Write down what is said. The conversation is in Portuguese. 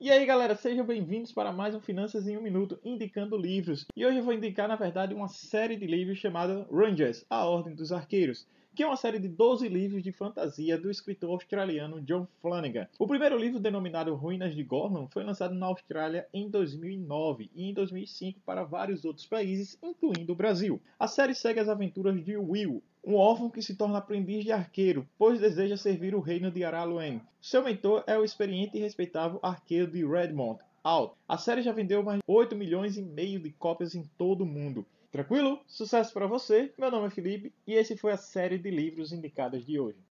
E aí galera, sejam bem-vindos para mais um Finanças em um Minuto, indicando livros. E hoje eu vou indicar, na verdade, uma série de livros chamada Rangers, A Ordem dos Arqueiros, que é uma série de 12 livros de fantasia do escritor australiano John Flanagan. O primeiro livro, denominado Ruínas de Gorman, foi lançado na Austrália em 2009 e em 2005 para vários outros países, incluindo o Brasil. A série segue as aventuras de Will, um órfão que se torna aprendiz de arqueiro, pois deseja servir o reino de Araluen. Seu mentor é o experiente e respeitável arqueiro de Redmond, Alt. A série já vendeu mais de 8 milhões e meio de cópias em todo o mundo. Tranquilo? Sucesso para você! Meu nome é Felipe e esse foi a série de livros indicadas de hoje.